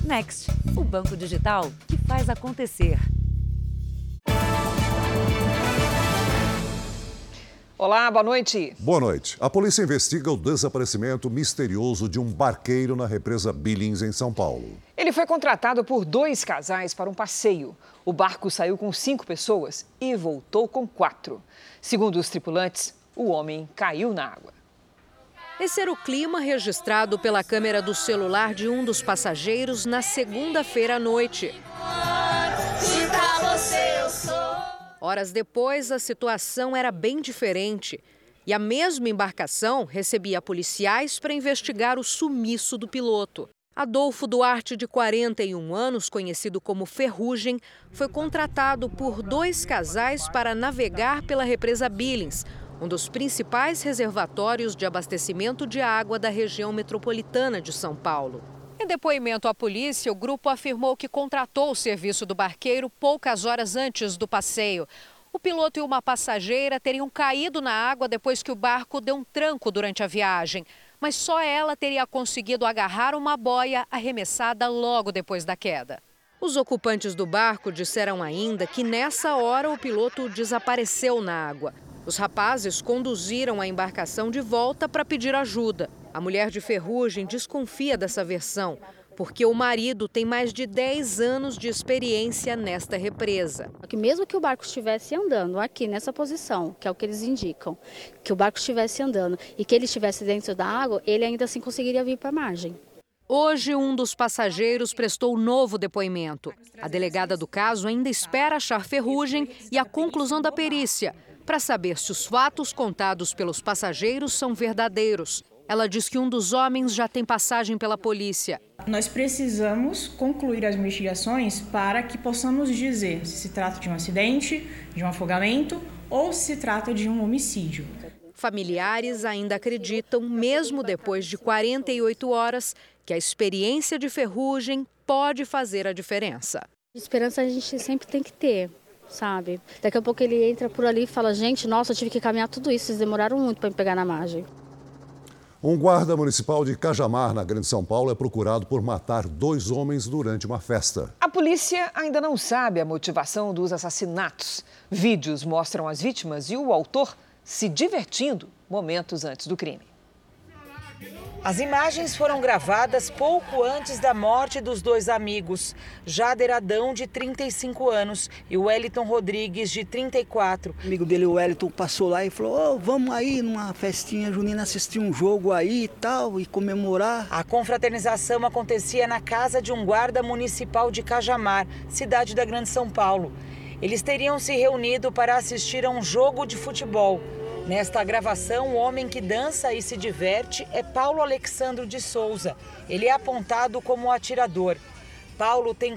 Next, o banco digital que faz acontecer. Olá, boa noite. Boa noite. A polícia investiga o desaparecimento misterioso de um barqueiro na represa Billings, em São Paulo. Ele foi contratado por 2 casais para um passeio. O barco saiu com 5 pessoas e voltou com 4. Segundo os tripulantes, o homem caiu na água. Esse era o clima registrado pela câmera do celular de um dos passageiros na segunda-feira à noite. Horas depois, a situação era bem diferente. E a mesma embarcação recebia policiais para investigar o sumiço do piloto. Adolfo Duarte, de 41 anos, conhecido como Ferrugem, foi contratado por 2 casais para navegar pela represa Billings, um dos principais reservatórios de abastecimento de água da região metropolitana de São Paulo. Em depoimento à polícia, o grupo afirmou que contratou o serviço do barqueiro poucas horas antes do passeio. O piloto e uma passageira teriam caído na água depois que o barco deu um tranco durante a viagem. Mas só ela teria conseguido agarrar uma boia arremessada logo depois da queda. Os ocupantes do barco disseram ainda que nessa hora o piloto desapareceu na água. Os rapazes conduziram a embarcação de volta para pedir ajuda. A mulher de Ferrugem desconfia dessa versão, porque o marido tem mais de 10 anos de experiência nesta represa. Mesmo que o barco estivesse andando aqui nessa posição, que é o que eles indicam, que o barco estivesse andando e que ele estivesse dentro da água, ele ainda assim conseguiria vir para a margem. Hoje, um dos passageiros prestou novo depoimento. A delegada do caso ainda espera achar Ferrugem e a conclusão da perícia, para saber se os fatos contados pelos passageiros são verdadeiros. Ela diz que um dos homens já tem passagem pela polícia. Nós precisamos concluir as investigações para que possamos dizer se trata de um acidente, de um afogamento ou se trata de um homicídio. Familiares ainda acreditam, mesmo depois de 48 horas, que a experiência de Ferrugem pode fazer a diferença. Esperança a gente sempre tem que ter, sabe? Daqui a pouco ele entra por ali e fala, gente, nossa, eu tive que caminhar tudo isso, vocês demoraram muito para me pegar na margem. Um guarda municipal de Cajamar, na Grande São Paulo, é procurado por matar 2 homens durante uma festa. A polícia ainda não sabe a motivação dos assassinatos. Vídeos mostram as vítimas e o autor se divertindo momentos antes do crime. As imagens foram gravadas pouco antes da morte dos 2 amigos, Jader Adão, de 35 anos, e o Wellington Rodrigues, de 34. O amigo dele, o Wellington, passou lá e falou, vamos aí numa festinha junina assistir um jogo aí e tal, e comemorar. A confraternização acontecia na casa de um guarda municipal de Cajamar, cidade da Grande São Paulo. Eles teriam se reunido para assistir a um jogo de futebol. Nesta gravação, o homem que dança e se diverte é Paulo Alexandro de Souza. Ele é apontado como atirador. Paulo tem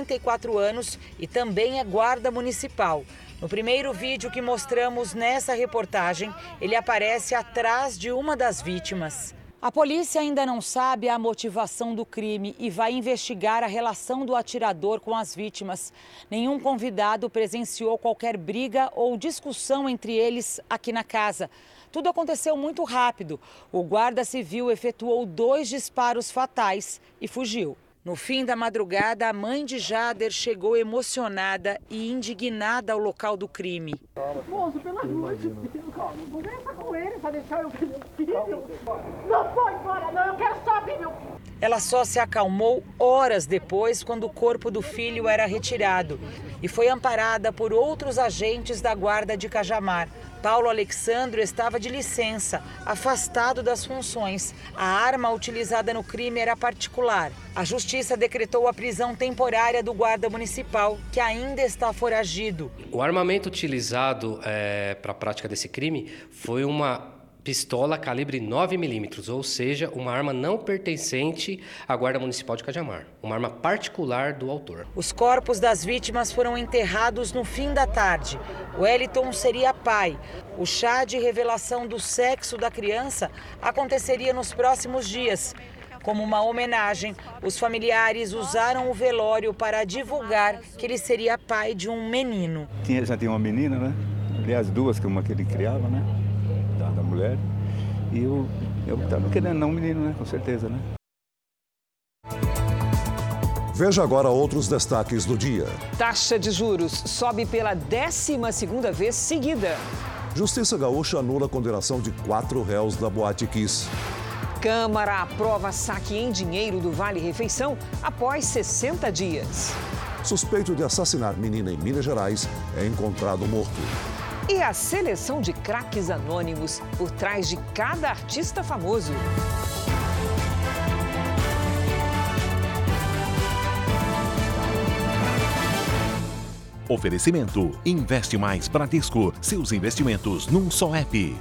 44 anos e também é guarda municipal. No primeiro vídeo que mostramos nessa reportagem, ele aparece atrás de uma das vítimas. A polícia ainda não sabe a motivação do crime e vai investigar a relação do atirador com as vítimas. Nenhum convidado presenciou qualquer briga ou discussão entre eles aqui na casa. Tudo aconteceu muito rápido. O guarda civil efetuou 2 disparos fatais e fugiu. No fim da madrugada, a mãe de Jader chegou emocionada e indignada ao local do crime. Moço, pelo amor de Deus, conversa com ele para deixar eu ver meu filho. Não foi embora, não, eu quero só ver meu filho. Ela só se acalmou horas depois, quando o corpo do filho era retirado, e foi amparada por outros agentes da guarda de Cajamar. Paulo Alexandro estava de licença, afastado das funções. A arma utilizada no crime era particular. A justiça decretou a prisão temporária do guarda municipal, que ainda está foragido. O armamento utilizado para a prática desse crime foi uma pistola calibre 9mm, ou seja, uma arma não pertencente à Guarda Municipal de Cajamar, uma arma particular do autor. Os corpos das vítimas foram enterrados no fim da tarde. Wellington seria pai. O chá de revelação do sexo da criança aconteceria nos próximos dias. Como uma homenagem, os familiares usaram o velório para divulgar que ele seria pai de um menino. Já tinha uma menina, né? Aliás, 2, que uma que ele criava, né? Da mulher, e eu estava querendo um menino, né, com certeza, né. Veja agora outros destaques do dia. Taxa de juros sobe pela 12ª vez seguida. Justiça Gaúcha anula a condenação de 4 réus da Boate Kiss. Câmara aprova saque em dinheiro do Vale Refeição após 60 dias. Suspeito de assassinar menina em Minas Gerais é encontrado morto. E a seleção de craques anônimos por trás de cada artista famoso. Oferecimento: Investe Mais Bradesco. Seus investimentos num só app.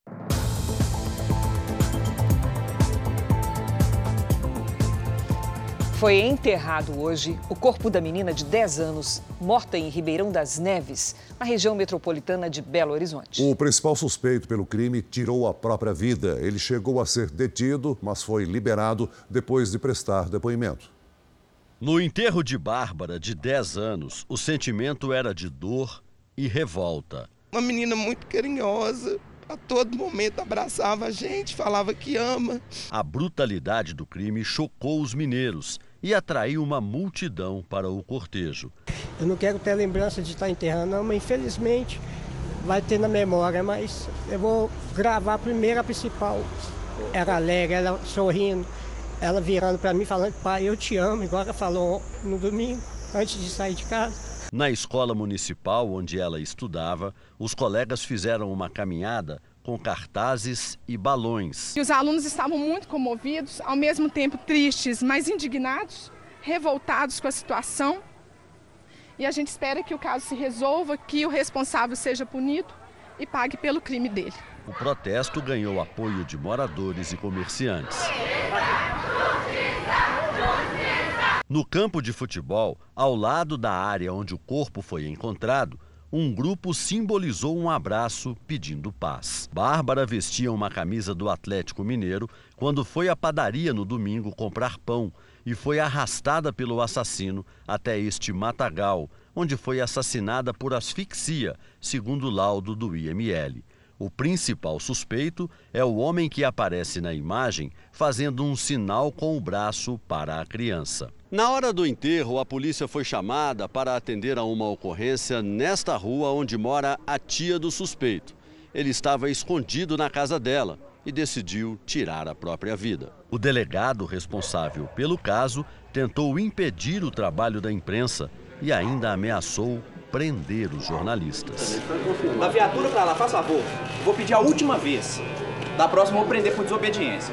Foi enterrado hoje o corpo da menina de 10 anos, morta em Ribeirão das Neves, na região metropolitana de Belo Horizonte. O principal suspeito pelo crime tirou a própria vida. Ele chegou a ser detido, mas foi liberado depois de prestar depoimento. No enterro de Bárbara, de 10 anos, o sentimento era de dor e revolta. Uma menina muito carinhosa, a todo momento abraçava a gente, falava que ama. A brutalidade do crime chocou os mineiros e atraiu uma multidão para o cortejo. Eu não quero ter lembrança de estar enterrando, não, mas infelizmente vai ter na memória, mas eu vou gravar a primeira principal. Era alegre, ela sorrindo. Ela virando para mim falando: pai, eu te amo, igual ela falou no domingo, antes de sair de casa. Na escola municipal onde ela estudava, os colegas fizeram uma caminhada com cartazes e balões. E os alunos estavam muito comovidos, ao mesmo tempo tristes, mas indignados, revoltados com a situação. E a gente espera que o caso se resolva, que o responsável seja punido e pague pelo crime dele. O protesto ganhou apoio de moradores e comerciantes. No campo de futebol, ao lado da área onde o corpo foi encontrado, um grupo simbolizou um abraço pedindo paz. Bárbara vestia uma camisa do Atlético Mineiro quando foi à padaria no domingo comprar pão e foi arrastada pelo assassino até este matagal, onde foi assassinada por asfixia, segundo o laudo do IML. O principal suspeito é o homem que aparece na imagem fazendo um sinal com o braço para a criança. Na hora do enterro, a polícia foi chamada para atender a uma ocorrência nesta rua onde mora a tia do suspeito. Ele estava escondido na casa dela e decidiu tirar a própria vida. O delegado responsável pelo caso tentou impedir o trabalho da imprensa e ainda ameaçou prender os jornalistas. Da viatura para lá, faz favor. Vou pedir a última vez. Da próxima vou prender por desobediência.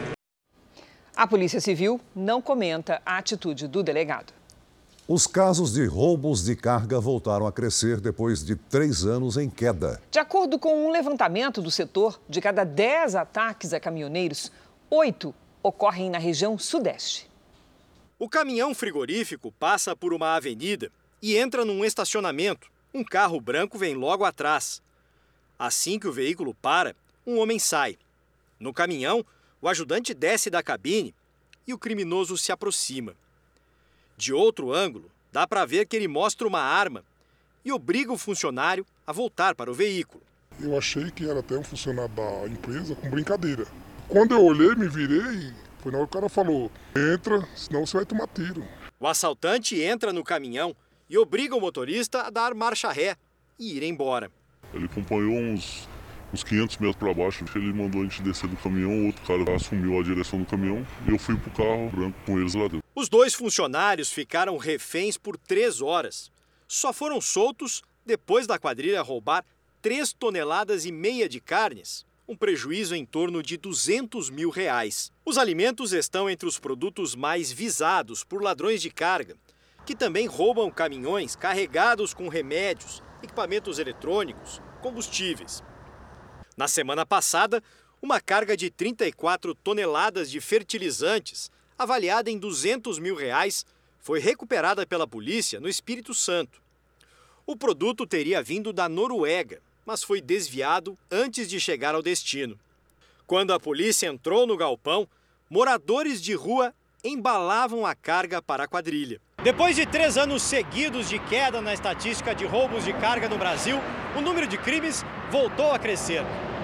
A Polícia Civil não comenta a atitude do delegado. Os casos de roubos de carga voltaram a crescer depois de 3 anos em queda. De acordo com um levantamento do setor, de cada 10 ataques a caminhoneiros, 8 ocorrem na região sudeste. O caminhão frigorífico passa por uma avenida e entra num estacionamento. Um carro branco vem logo atrás. Assim que o veículo para, um homem sai. No caminhão, o ajudante desce da cabine e o criminoso se aproxima. De outro ângulo, dá para ver que ele mostra uma arma e obriga o funcionário a voltar para o veículo. Eu achei que era até um funcionário da empresa com brincadeira. Quando eu olhei, me virei, foi na hora que o cara falou: entra, senão você vai tomar tiro. O assaltante entra no caminhão e obriga o motorista a dar marcha ré e ir embora. Ele acompanhou uns 500 metros para baixo, ele mandou a gente descer do caminhão, outro cara assumiu a direção do caminhão e eu fui pro carro branco com eles lá dentro. Os 2 funcionários ficaram reféns por 3 horas. Só foram soltos depois da quadrilha roubar 3,5 toneladas de carnes, um prejuízo em torno de R$200 mil. Os alimentos estão entre os produtos mais visados por ladrões de carga, que também roubam caminhões carregados com remédios, equipamentos eletrônicos, combustíveis. Na semana passada, uma carga de 34 toneladas de fertilizantes, avaliada em R$200 mil, foi recuperada pela polícia no Espírito Santo. O produto teria vindo da Noruega, mas foi desviado antes de chegar ao destino. Quando a polícia entrou no galpão, moradores de rua embalavam a carga para a quadrilha. Depois de 3 anos seguidos de queda na estatística de roubos de carga no Brasil, o número de crimes voltou a crescer. O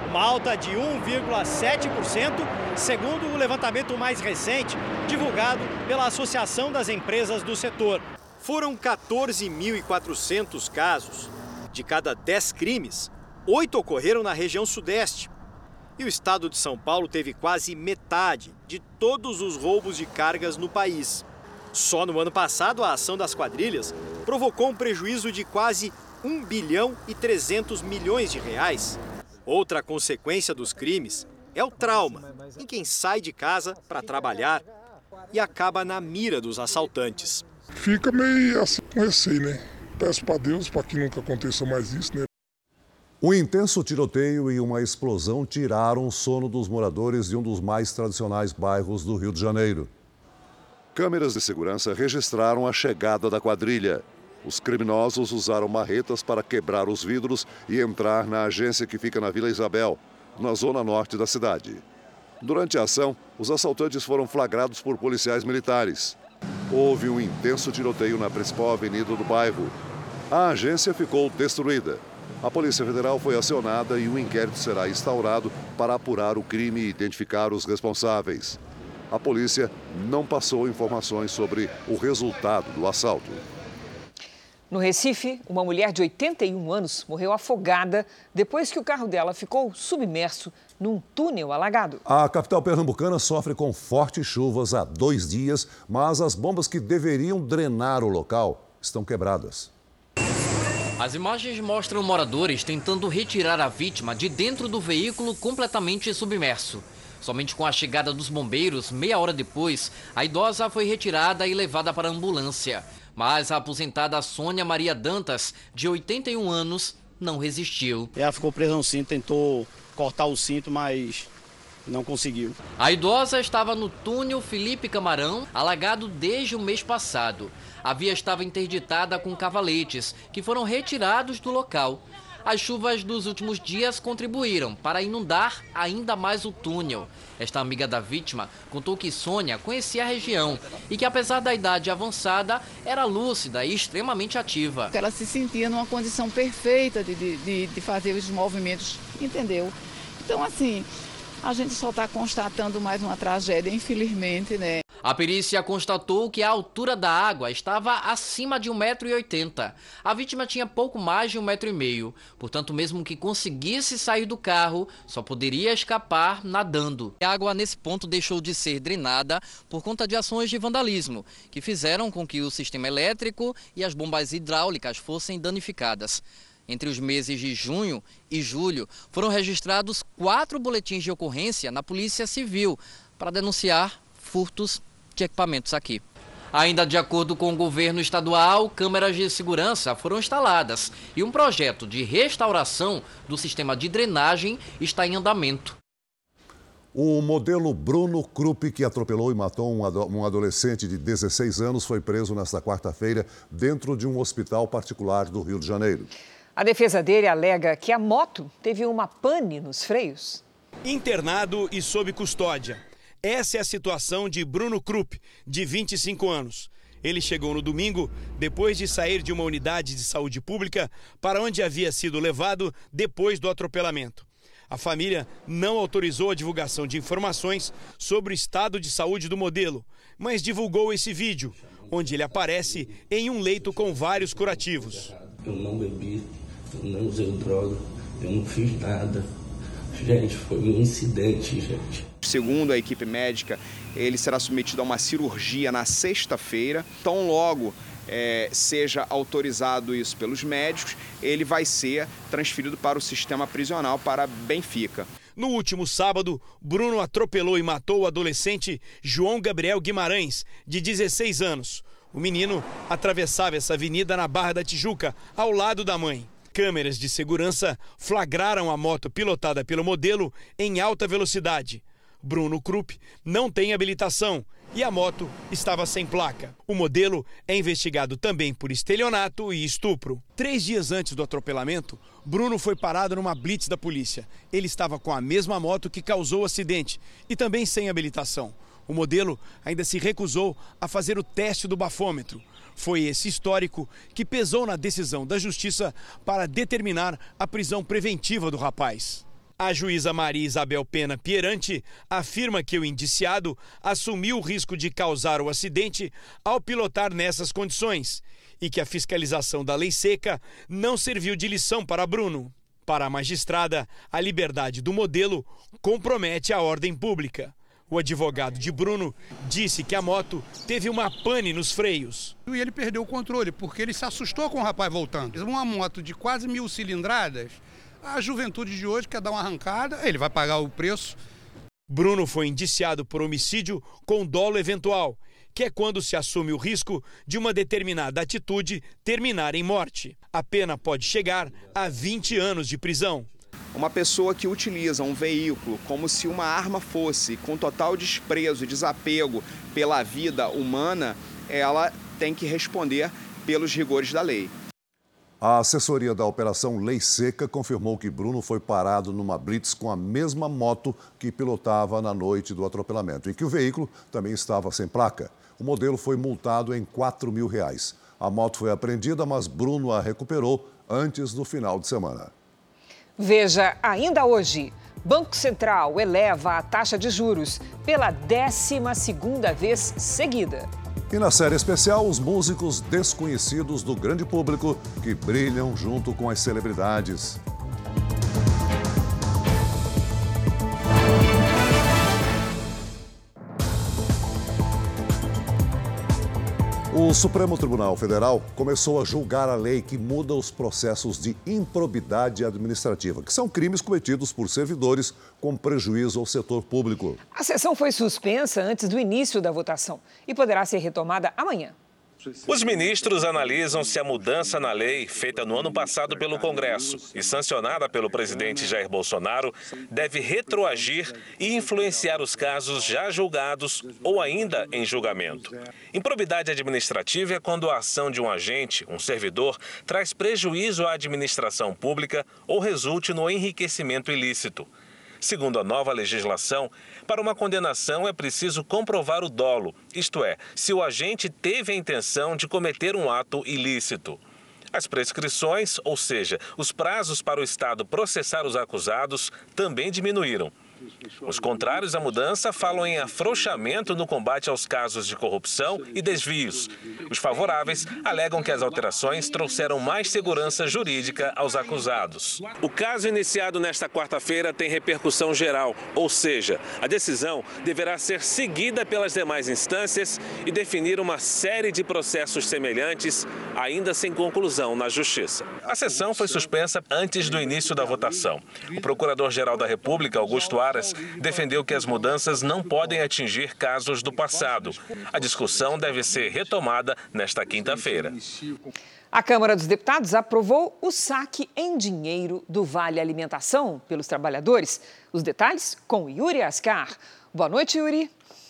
uma alta de 1,7%, segundo o levantamento mais recente, divulgado pela Associação das Empresas do Setor. Foram 14.400 casos. De cada 10 crimes, 8 ocorreram na região sudeste. E o estado de São Paulo teve quase metade de todos os roubos de cargas no país. Só no ano passado, a ação das quadrilhas provocou um prejuízo de quase 1 bilhão e 300 milhões de reais. Outra consequência dos crimes é o trauma em quem sai de casa para trabalhar e acaba na mira dos assaltantes. Fica meio assim com receio, né? Peço para Deus para que nunca aconteça mais isso, né? Um intenso tiroteio e uma explosão tiraram o sono dos moradores de um dos mais tradicionais bairros do Rio de Janeiro. Câmeras de segurança registraram a chegada da quadrilha. Os criminosos usaram marretas para quebrar os vidros e entrar na agência que fica na Vila Isabel, na zona norte da cidade. Durante a ação, os assaltantes foram flagrados por policiais militares. Houve um intenso tiroteio na principal avenida do bairro. A agência ficou destruída. A Polícia Federal foi acionada e um inquérito será instaurado para apurar o crime e identificar os responsáveis. A polícia não passou informações sobre o resultado do assalto. No Recife, uma mulher de 81 anos morreu afogada depois que o carro dela ficou submerso num túnel alagado. A capital pernambucana sofre com fortes chuvas há 2 dias, mas as bombas que deveriam drenar o local estão quebradas. As imagens mostram moradores tentando retirar a vítima de dentro do veículo completamente submerso. Somente com a chegada dos bombeiros, meia hora depois, a idosa foi retirada e levada para a ambulância. Mas a aposentada Sônia Maria Dantas, de 81 anos, não resistiu. Ela ficou presa no cinto, tentou cortar o cinto, mas não conseguiu. A idosa estava no túnel Felipe Camarão, alagado desde o mês passado. A via estava interditada com cavaletes, que foram retirados do local. As chuvas dos últimos dias contribuíram para inundar ainda mais o túnel. Esta amiga da vítima contou que Sônia conhecia a região e que, apesar da idade avançada, era lúcida e extremamente ativa. Ela se sentia numa condição perfeita de fazer os movimentos, entendeu? Então, assim, a gente só está constatando mais uma tragédia, infelizmente, né? A perícia constatou que a altura da água estava acima de 1,80 m. A vítima tinha pouco mais de 1,5 m. Portanto, mesmo que conseguisse sair do carro, só poderia escapar nadando. A água nesse ponto deixou de ser drenada por conta de ações de vandalismo, que fizeram com que o sistema elétrico e as bombas hidráulicas fossem danificadas. Entre os meses de junho e julho, foram registrados 4 boletins de ocorrência na Polícia Civil para denunciar furtos de equipamentos aqui. Ainda de acordo com o governo estadual, câmeras de segurança foram instaladas e um projeto de restauração do sistema de drenagem está em andamento. O modelo Bruno Krupp, que atropelou e matou um adolescente de 16 anos, foi preso nesta quarta-feira dentro de um hospital particular do Rio de Janeiro. A defesa dele alega que a moto teve uma pane nos freios. Internado e sob custódia. Essa é a situação de Bruno Krupp, de 25 anos. Ele chegou no domingo, depois de sair de uma unidade de saúde pública, para onde havia sido levado depois do atropelamento. A família não autorizou a divulgação de informações sobre o estado de saúde do modelo, mas divulgou esse vídeo, onde ele aparece em um leito com vários curativos. Eu não bebi, eu não usei droga, eu não fiz nada. Gente, foi um incidente, gente. Segundo a equipe médica, ele será submetido a uma cirurgia na sexta-feira. Tão logo seja autorizado isso pelos médicos, ele vai ser transferido para o sistema prisional, para Benfica. No último sábado, Bruno atropelou e matou o adolescente João Gabriel Guimarães, de 16 anos. O menino atravessava essa avenida na Barra da Tijuca, ao lado da mãe. Câmeras de segurança flagraram a moto pilotada pelo modelo em alta velocidade. Bruno Krupp não tem habilitação e a moto estava sem placa. O modelo é investigado também por estelionato e estupro. 3 dias antes do atropelamento, Bruno foi parado numa blitz da polícia. Ele estava com a mesma moto que causou o acidente e também sem habilitação. O modelo ainda se recusou a fazer o teste do bafômetro. Foi esse histórico que pesou na decisão da justiça para determinar a prisão preventiva do rapaz. A juíza Maria Isabel Pena Pieranti afirma que o indiciado assumiu o risco de causar o acidente ao pilotar nessas condições e que a fiscalização da lei seca não serviu de lição para Bruno. Para a magistrada, a liberdade do modelo compromete a ordem pública. O advogado de Bruno disse que a moto teve uma pane nos freios. E ele perdeu o controle, porque ele se assustou com o rapaz voltando. Uma moto de quase 1000 cilindradas, a juventude de hoje quer dar uma arrancada, ele vai pagar o preço. Bruno foi indiciado por homicídio com dolo eventual, que é quando se assume o risco de uma determinada atitude terminar em morte. A pena pode chegar a 20 anos de prisão. Uma pessoa que utiliza um veículo como se uma arma fosse, com total desprezo e desapego pela vida humana, ela tem que responder pelos rigores da lei. A assessoria da Operação Lei Seca confirmou que Bruno foi parado numa blitz com a mesma moto que pilotava na noite do atropelamento e que o veículo também estava sem placa. O modelo foi multado em R$4.000. A moto foi apreendida, mas Bruno a recuperou antes do final de semana. Veja ainda hoje, Banco Central eleva a taxa de juros pela 12ª vez seguida. E na série especial, os músicos desconhecidos do grande público que brilham junto com as celebridades. O Supremo Tribunal Federal começou a julgar a lei que muda os processos de improbidade administrativa, que são crimes cometidos por servidores com prejuízo ao setor público. A sessão foi suspensa antes do início da votação e poderá ser retomada amanhã. Os ministros analisam se a mudança na lei, feita no ano passado pelo Congresso e sancionada pelo presidente Jair Bolsonaro, deve retroagir e influenciar os casos já julgados ou ainda em julgamento. Improbidade administrativa é quando a ação de um agente, um servidor, traz prejuízo à administração pública ou resulte no enriquecimento ilícito. Segundo a nova legislação, para uma condenação é preciso comprovar o dolo, isto é, se o agente teve a intenção de cometer um ato ilícito. As prescrições, ou seja, os prazos para o Estado processar os acusados, também diminuíram. Os contrários à mudança falam em afrouxamento no combate aos casos de corrupção e desvios. Os favoráveis alegam que as alterações trouxeram mais segurança jurídica aos acusados. O caso iniciado nesta quarta-feira tem repercussão geral, ou seja, a decisão deverá ser seguida pelas demais instâncias e definir uma série de processos semelhantes, ainda sem conclusão na Justiça. A sessão foi suspensa antes do início da votação. O Procurador-Geral da República, Augusto Aras, defendeu que as mudanças não podem atingir casos do passado. A discussão deve ser retomada nesta quinta-feira. A Câmara dos Deputados aprovou o saque em dinheiro do Vale Alimentação pelos trabalhadores. Os detalhes com Yuri Ascar. Boa noite, Yuri.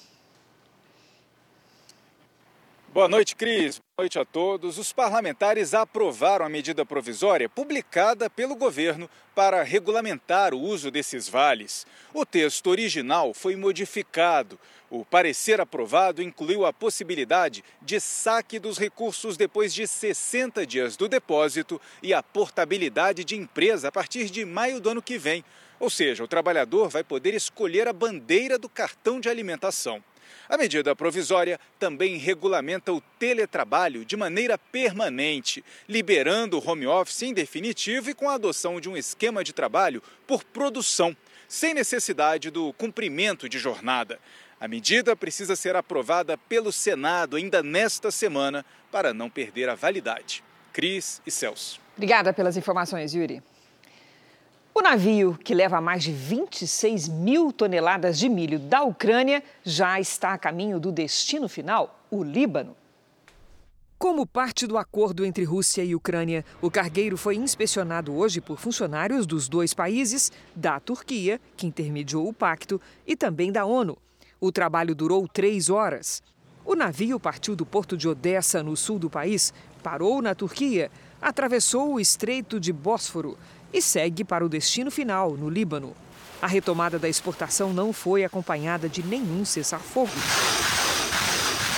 Boa noite, Cris. Boa noite a todos. Os parlamentares aprovaram a medida provisória publicada pelo governo para regulamentar o uso desses vales. O texto original foi modificado. O parecer aprovado incluiu a possibilidade de saque dos recursos depois de 60 dias do depósito e a portabilidade de empresa a partir de maio do ano que vem. Ou seja, o trabalhador vai poder escolher a bandeira do cartão de alimentação. A medida provisória também regulamenta o teletrabalho de maneira permanente, liberando o home office em definitivo e com a adoção de um esquema de trabalho por produção, sem necessidade do cumprimento de jornada. A medida precisa ser aprovada pelo Senado ainda nesta semana para não perder a validade. Cris e Celso. Obrigada pelas informações, Yuri. O navio, que leva mais de 26 mil toneladas de milho da Ucrânia, já está a caminho do destino final, o Líbano. Como parte do acordo entre Rússia e Ucrânia, o cargueiro foi inspecionado hoje por funcionários dos dois países, da Turquia, que intermediou o pacto, e também da ONU. O trabalho durou 3 horas. O navio partiu do porto de Odessa, no sul do país, parou na Turquia, atravessou o Estreito de Bósforo e segue para o destino final, no Líbano. A retomada da exportação não foi acompanhada de nenhum cessar-fogo.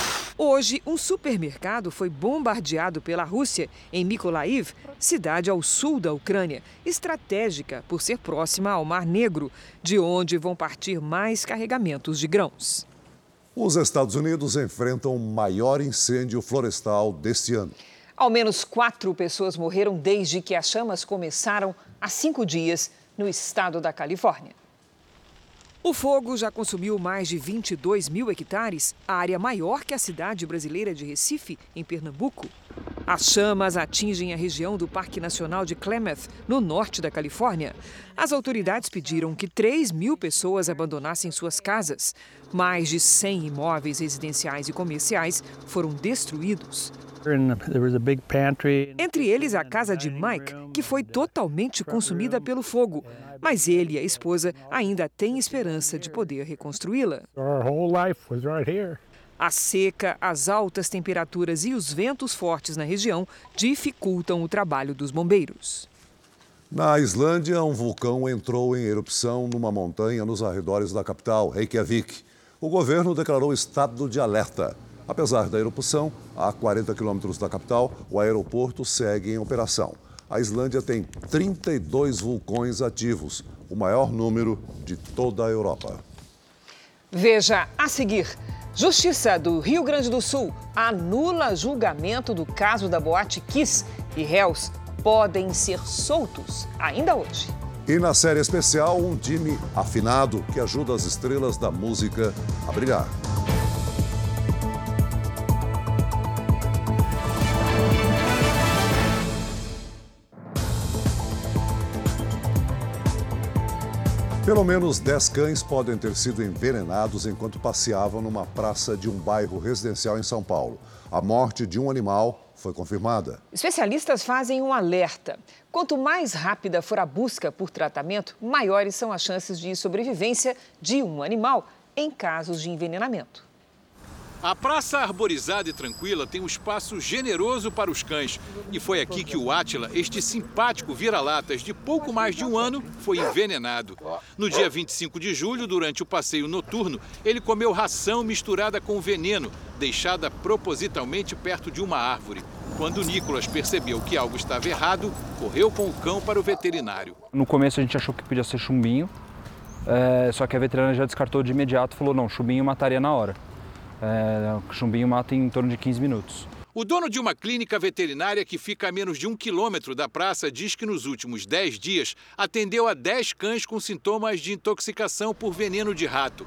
Hoje, um supermercado foi bombardeado pela Rússia em Mykolaiv, cidade ao sul da Ucrânia, estratégica por ser próxima ao Mar Negro, de onde vão partir mais carregamentos de grãos. Os Estados Unidos enfrentam o maior incêndio florestal deste ano. Ao menos 4 pessoas morreram desde que as chamas começaram há 5 dias no estado da Califórnia. O fogo já consumiu mais de 22 mil hectares, área maior que a cidade brasileira de Recife, em Pernambuco. As chamas atingem a região do Parque Nacional de Klamath, no norte da Califórnia. As autoridades pediram que 3 mil pessoas abandonassem suas casas. Mais de 100 imóveis residenciais e comerciais foram destruídos. Entre eles, a casa de Mike, que foi totalmente consumida pelo fogo. Mas ele e a esposa ainda têm esperança de poder reconstruí-la. A seca, as altas temperaturas e os ventos fortes na região dificultam o trabalho dos bombeiros. Na Islândia, um vulcão entrou em erupção numa montanha nos arredores da capital, Reykjavik. O governo declarou estado de alerta. Apesar da erupção, a 40 quilômetros da capital, o aeroporto segue em operação. A Islândia tem 32 vulcões ativos, o maior número de toda a Europa. Veja a seguir. Justiça do Rio Grande do Sul anula julgamento do caso da Boate Kiss e réus podem ser soltos ainda hoje. E na série especial, um time afinado que ajuda as estrelas da música a brilhar. Pelo menos 10 cães podem ter sido envenenados enquanto passeavam numa praça de um bairro residencial em São Paulo. A morte de um animal foi confirmada. Especialistas fazem um alerta. Quanto mais rápida for a busca por tratamento, maiores são as chances de sobrevivência de um animal em casos de envenenamento. A praça arborizada e tranquila tem um espaço generoso para os cães. E foi aqui que o Átila, este simpático vira-latas de pouco mais de um ano, foi envenenado. No dia 25 de julho, durante o passeio noturno, ele comeu ração misturada com veneno, deixada propositalmente perto de uma árvore. Quando Nicolas percebeu que algo estava errado, correu com o cão para o veterinário. No começo a gente achou que podia ser chumbinho, só que a veterinária já descartou de imediato, falou não, chumbinho mataria na hora. O chumbinho mata em torno de 15 minutos. O dono de uma clínica veterinária que fica a menos de 1 quilômetro da praça diz que nos últimos 10 dias atendeu a 10 cães com sintomas de intoxicação por veneno de rato.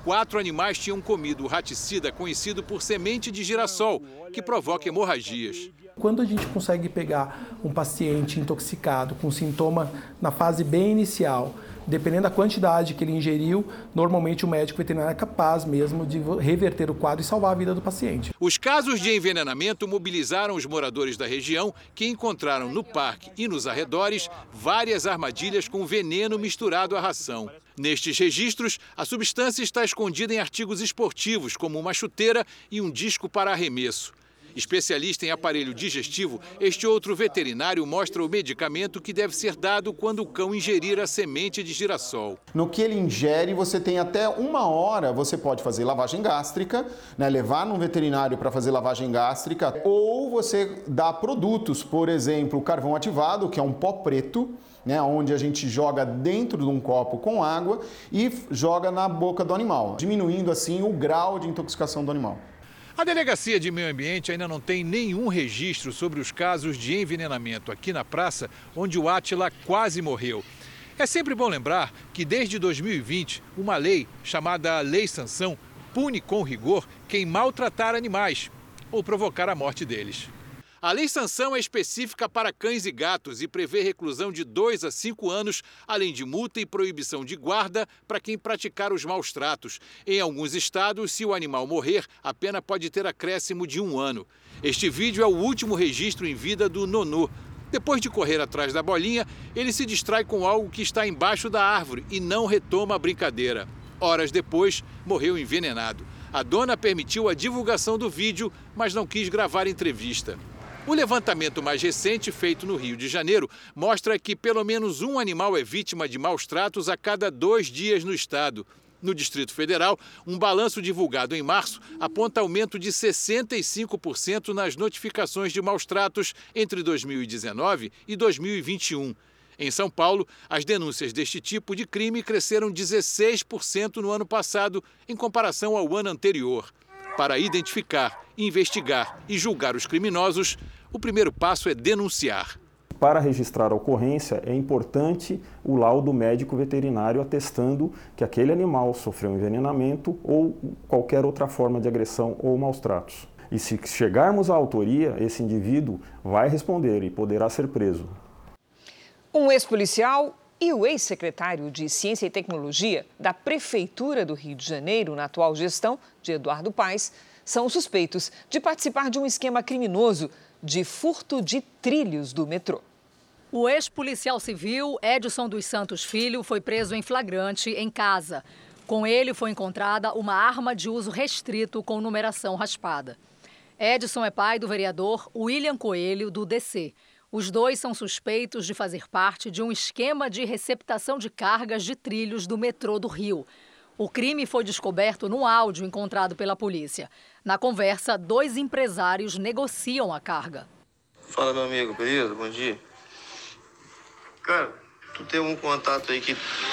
4 animais tinham comido o raticida conhecido por semente de girassol, que provoca hemorragias. Quando a gente consegue pegar um paciente intoxicado com sintoma na fase bem inicial, dependendo da quantidade que ele ingeriu, normalmente o médico veterinário é capaz mesmo de reverter o quadro e salvar a vida do paciente. Os casos de envenenamento mobilizaram os moradores da região, que encontraram no parque e nos arredores várias armadilhas com veneno misturado à ração. Nestes registros, a substância está escondida em artigos esportivos, como uma chuteira e um disco para arremesso. Especialista em aparelho digestivo, este outro veterinário mostra o medicamento que deve ser dado quando o cão ingerir a semente de girassol. No que ele ingere, você tem até 1 hora, você pode fazer lavagem gástrica, levar num veterinário para fazer lavagem gástrica, ou você dá produtos, por exemplo, o carvão ativado, que é um pó preto, onde a gente joga dentro de um copo com água e joga na boca do animal, diminuindo assim o grau de intoxicação do animal. A Delegacia de Meio Ambiente ainda não tem nenhum registro sobre os casos de envenenamento aqui na praça, onde o Átila quase morreu. É sempre bom lembrar que desde 2020, uma lei chamada Lei Sanção pune com rigor quem maltratar animais ou provocar a morte deles. A Lei Sanção é específica para cães e gatos e prevê reclusão de 2 a 5 anos, além de multa e proibição de guarda para quem praticar os maus tratos. Em alguns estados, se o animal morrer, a pena pode ter acréscimo de 1 ano. Este vídeo é o último registro em vida do Nonô. Depois de correr atrás da bolinha, ele se distrai com algo que está embaixo da árvore e não retoma a brincadeira. Horas depois, morreu envenenado. A dona permitiu a divulgação do vídeo, mas não quis gravar entrevista. O levantamento mais recente, feito no Rio de Janeiro, mostra que pelo menos um animal é vítima de maus tratos a cada 2 dias no estado. No Distrito Federal, um balanço divulgado em março aponta aumento de 65% nas notificações de maus-tratos entre 2019 e 2021. Em São Paulo, as denúncias deste tipo de crime cresceram 16% no ano passado, em comparação ao ano anterior. Para identificar, investigar e julgar os criminosos, o primeiro passo é denunciar. Para registrar a ocorrência, é importante o laudo médico veterinário atestando que aquele animal sofreu envenenamento ou qualquer outra forma de agressão ou maus-tratos. E se chegarmos à autoria, esse indivíduo vai responder e poderá ser preso. Um ex-policial e o ex-secretário de Ciência e Tecnologia da Prefeitura do Rio de Janeiro, na atual gestão de Eduardo Paes, são suspeitos de participar de um esquema criminoso de furto de trilhos do metrô. O ex-policial civil Edson dos Santos Filho foi preso em flagrante em casa. Com ele foi encontrada uma arma de uso restrito com numeração raspada. Edson é pai do vereador William Coelho, do DC. Os dois são suspeitos de fazer parte de um esquema de receptação de cargas de trilhos do metrô do Rio. O crime foi descoberto no áudio encontrado pela polícia. Na conversa, 2 empresários negociam a carga. Fala, meu amigo, beleza? Bom dia. Cara, tu tem um contato aí que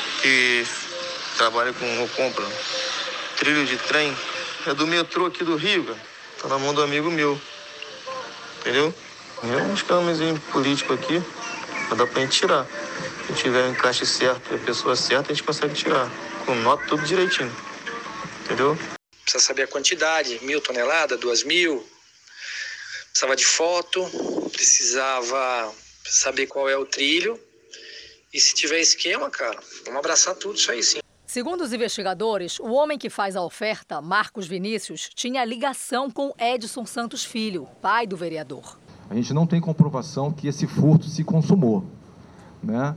trabalha com ou compra trilho de trem? É do metrô aqui do Rio, cara. Tá na mão do amigo meu. Entendeu? É um esquemazinho político aqui, mas dá pra gente tirar. Se tiver o encaixe certo e a pessoa certa, a gente consegue tirar. Com nota, tudo direitinho. Entendeu? Precisa saber a quantidade, 1.000 toneladas, 2.000. Precisava de foto, precisava saber qual é o trilho. E se tiver esquema, cara, vamos abraçar tudo isso aí sim. Segundo os investigadores, o homem que faz a oferta, Marcos Vinícius, tinha ligação com Edson Santos Filho, pai do vereador. A gente não tem comprovação que esse furto se consumou, né?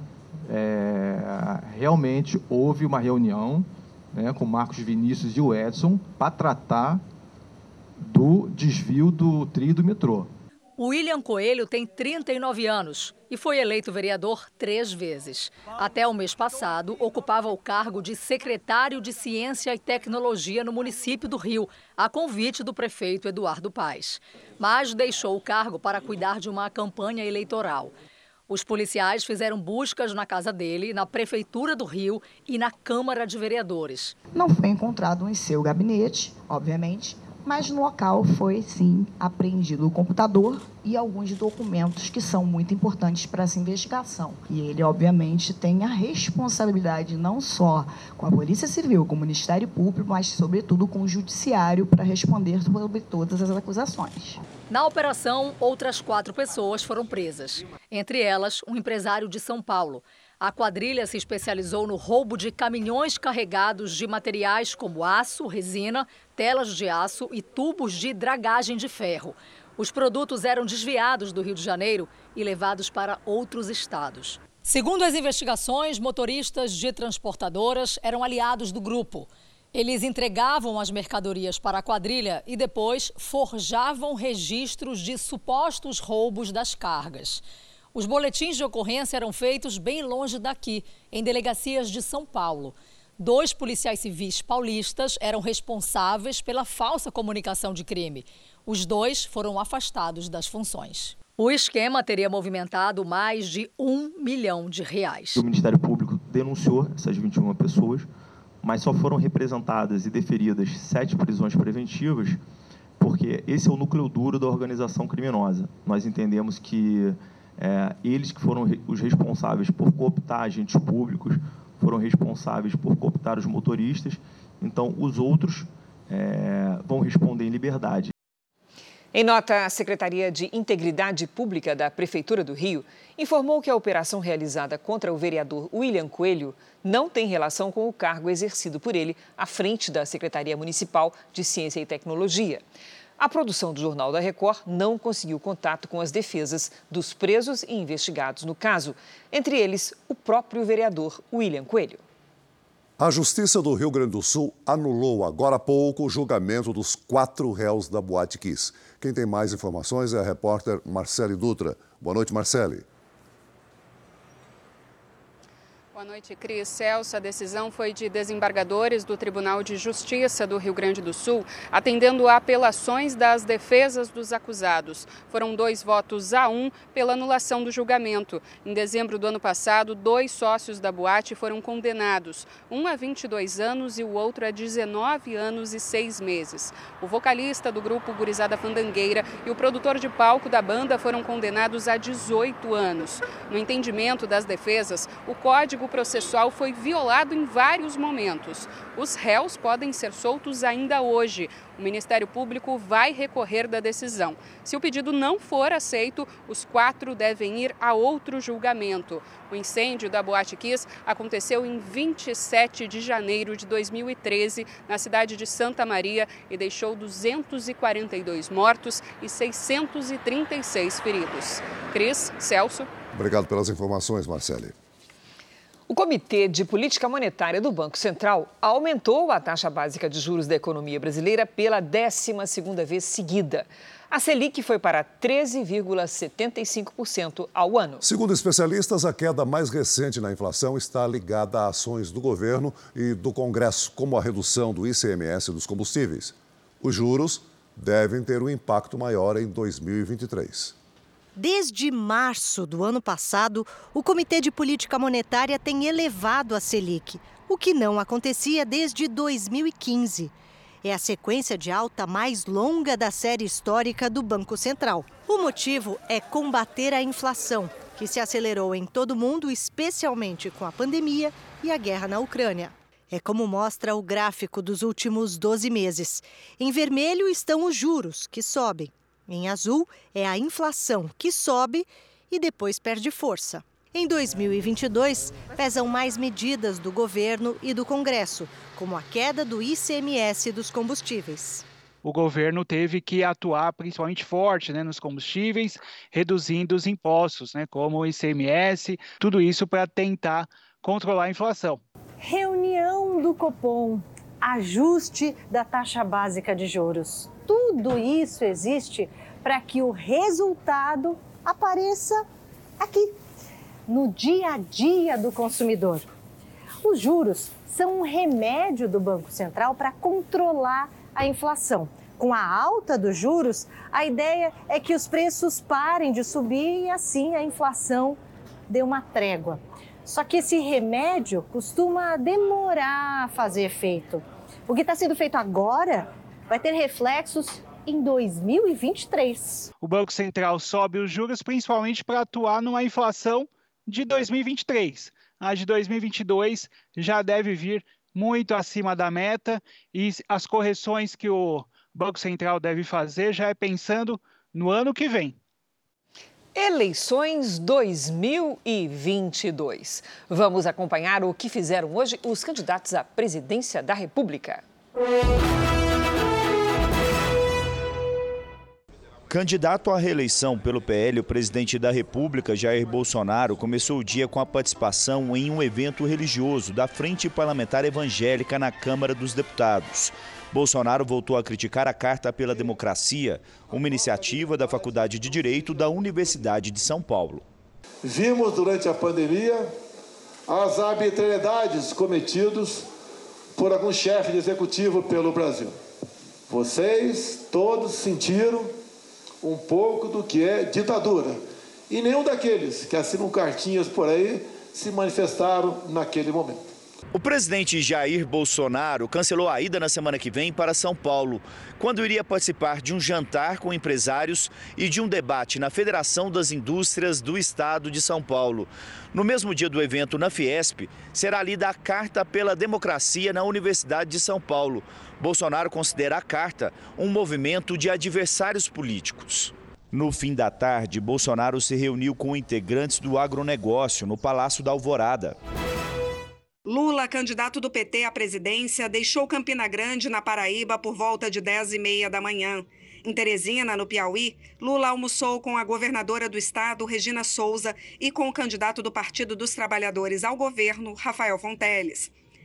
Realmente houve uma reunião, né, com Marcos Vinícius e o Edson para tratar do desvio do trilho do metrô. O William Coelho tem 39 anos e foi eleito vereador 3 vezes. Até o mês passado, ocupava o cargo de secretário de Ciência e Tecnologia no município do Rio, a convite do prefeito Eduardo Paes. Mas deixou o cargo para cuidar de uma campanha eleitoral. Os policiais fizeram buscas na casa dele, na Prefeitura do Rio e na Câmara de Vereadores. Não foi encontrado em seu gabinete, obviamente, mas no local foi, sim, apreendido o computador e alguns documentos que são muito importantes para essa investigação. E ele, obviamente, tem a responsabilidade não só com a Polícia Civil, com o Ministério Público, mas, sobretudo, com o Judiciário para responder sobre todas as acusações. Na operação, outras 4 pessoas foram presas. Entre elas, um empresário de São Paulo. A quadrilha se especializou no roubo de caminhões carregados de materiais como aço, resina, telas de aço e tubos de dragagem de ferro. Os produtos eram desviados do Rio de Janeiro e levados para outros estados. Segundo as investigações, motoristas de transportadoras eram aliados do grupo. Eles entregavam as mercadorias para a quadrilha e depois forjavam registros de supostos roubos das cargas. Os boletins de ocorrência eram feitos bem longe daqui, em delegacias de São Paulo. 2 policiais civis paulistas eram responsáveis pela falsa comunicação de crime. Os 2 foram afastados das funções. O esquema teria movimentado mais de R$1 milhão. O Ministério Público denunciou essas 21 pessoas, mas só foram representadas e deferidas 7 prisões preventivas, porque esse é o núcleo duro da organização criminosa. Nós entendemos que eles que foram os responsáveis por cooptar agentes públicos, foram responsáveis por cooptar os motoristas, então os outros vão responder em liberdade. Em nota, a Secretaria de Integridade Pública da Prefeitura do Rio informou que a operação realizada contra o vereador William Coelho não tem relação com o cargo exercido por ele à frente da Secretaria Municipal de Ciência e Tecnologia. A produção do Jornal da Record não conseguiu contato com as defesas dos presos e investigados no caso, entre eles o próprio vereador William Coelho. A Justiça do Rio Grande do Sul anulou agora há pouco o julgamento dos 4 réus da Boate Kiss. Quem tem mais informações é a repórter Marcele Dutra. Boa noite, Marcele. Boa noite, Cris. Celso, a decisão foi de desembargadores do Tribunal de Justiça do Rio Grande do Sul, atendendo a apelações das defesas dos acusados. Foram 2 votos a 1 pela anulação do julgamento. Em dezembro do ano passado, 2 sócios da boate foram condenados, um a 22 anos e o outro a 19 anos e 6 meses. O vocalista do grupo Gurizada Fandangueira e o produtor de palco da banda foram condenados a 18 anos. No entendimento das defesas, o Código processual foi violado em vários momentos. Os réus podem ser soltos ainda hoje. O Ministério Público vai recorrer da decisão. Se o pedido não for aceito, os 4 devem ir a outro julgamento. O incêndio da Boate Kiss aconteceu em 27 de janeiro de 2013, na cidade de Santa Maria, e deixou 242 mortos e 636 feridos. Cris, Celso. Obrigado pelas informações, Marcele. O Comitê de Política Monetária do Banco Central aumentou a taxa básica de juros da economia brasileira pela 12ª vez seguida. A Selic foi para 13,75% ao ano. Segundo especialistas, a queda mais recente na inflação está ligada a ações do governo e do Congresso, como a redução do ICMS dos combustíveis. Os juros devem ter um impacto maior em 2023. Desde março do ano passado, o Comitê de Política Monetária tem elevado a Selic, o que não acontecia desde 2015. É a sequência de alta mais longa da série histórica do Banco Central. O motivo é combater a inflação, que se acelerou em todo o mundo, especialmente com a pandemia e a guerra na Ucrânia. É como mostra o gráfico dos últimos 12 meses. Em vermelho estão os juros, que sobem. Em azul, é a inflação, que sobe e depois perde força. Em 2022, pesam mais medidas do governo e do Congresso, como a queda do ICMS dos combustíveis. O governo teve que atuar principalmente forte, nos combustíveis, reduzindo os impostos, como o ICMS, tudo isso para tentar controlar a inflação. Reunião do Copom, ajuste da taxa básica de juros. Tudo isso existe para que o resultado apareça aqui, no dia a dia do consumidor. Os juros são um remédio do Banco Central para controlar a inflação. Com a alta dos juros, a ideia é que os preços parem de subir e assim a inflação dê uma trégua. Só que esse remédio costuma demorar a fazer efeito. O que está sendo feito agora vai ter reflexos em 2023. O Banco Central sobe os juros principalmente para atuar numa inflação de 2023. A de 2022 já deve vir muito acima da meta e as correções que o Banco Central deve fazer já é pensando no ano que vem. Eleições 2022. Vamos acompanhar o que fizeram hoje os candidatos à presidência da República. Candidato à reeleição pelo PL, o presidente da República, Jair Bolsonaro, começou o dia com a participação em um evento religioso da Frente Parlamentar Evangélica na Câmara dos Deputados. Bolsonaro voltou a criticar a Carta pela Democracia, uma iniciativa da Faculdade de Direito da Universidade de São Paulo. Vimos durante a pandemia as arbitrariedades cometidas por alguns chefes de executivo pelo Brasil. Vocês todos sentiram um pouco do que é ditadura. E nenhum daqueles que assinam cartinhas por aí se manifestaram naquele momento. O presidente Jair Bolsonaro cancelou a ida na semana que vem para São Paulo, quando iria participar de um jantar com empresários e de um debate na Federação das Indústrias do Estado de São Paulo. No mesmo dia do evento na Fiesp, será lida a Carta pela Democracia na Universidade de São Paulo. Bolsonaro considera a carta um movimento de adversários políticos. No fim da tarde, Bolsonaro se reuniu com integrantes do agronegócio no Palácio da Alvorada. Lula, candidato do PT à presidência, deixou Campina Grande, na Paraíba, por volta de 10h30 da manhã. Em Teresina, no Piauí, Lula almoçou com a governadora do estado, Regina Souza, e com o candidato do Partido dos Trabalhadores ao governo, Rafael Fonteles.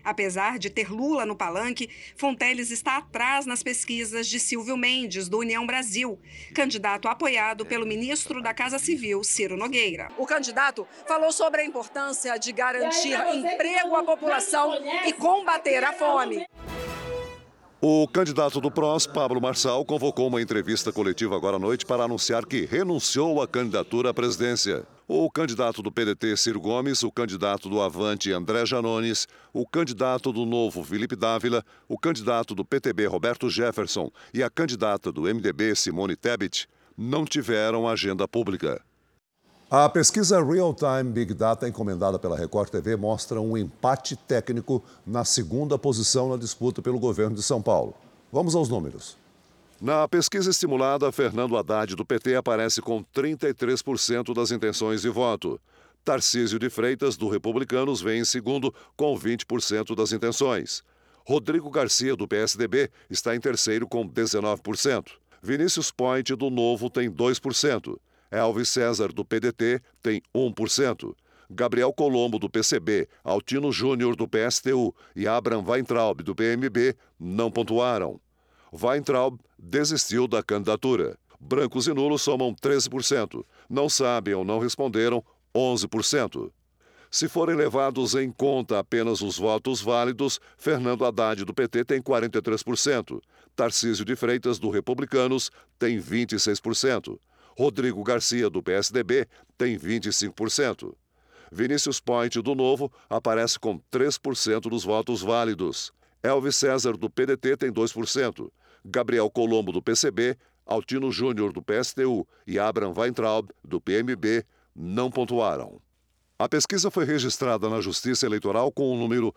Apesar de ter Lula no palanque, Fonteles está atrás nas pesquisas de Silvio Mendes, do União Brasil, candidato apoiado pelo ministro da Casa Civil, Ciro Nogueira. O candidato falou sobre a importância de garantir emprego à população e combater a fome. O candidato do PROS, Pablo Marçal, convocou uma entrevista coletiva agora à noite para anunciar que renunciou à candidatura à presidência. O candidato do PDT, Ciro Gomes, o candidato do Avante, André Janones, o candidato do Novo, Felipe Dávila, o candidato do PTB, Roberto Jefferson, e a candidata do MDB, Simone Tebet, não tiveram agenda pública. A pesquisa Real Time Big Data, encomendada pela Record TV, mostra um empate técnico na segunda posição na disputa pelo governo de São Paulo. Vamos aos números. Na pesquisa estimulada, Fernando Haddad, do PT, aparece com 33% das intenções de voto. Tarcísio de Freitas, do Republicanos, vem em segundo, com 20% das intenções. Rodrigo Garcia, do PSDB, está em terceiro, com 19%. Vinícius Poit, do Novo, tem 2%. Elvis César, do PDT, tem 1%. Gabriel Colombo, do PCB, Altino Júnior, do PSTU e Abraham Weintraub, do PMB, não pontuaram. Weintraub desistiu da candidatura. Brancos e nulos somam 13%. Não sabem ou não responderam, 11%. Se forem levados em conta apenas os votos válidos, Fernando Haddad, do PT, tem 43%. Tarcísio de Freitas, do Republicanos, tem 26%. Rodrigo Garcia, do PSDB, tem 25%. Vinícius Poit, do Novo, aparece com 3% dos votos válidos. Elvis César, do PDT, tem 2%. Gabriel Colombo, do PCB, Altino Júnior, do PSTU e Abraham Weintraub, do PMB, não pontuaram. A pesquisa foi registrada na Justiça Eleitoral com o número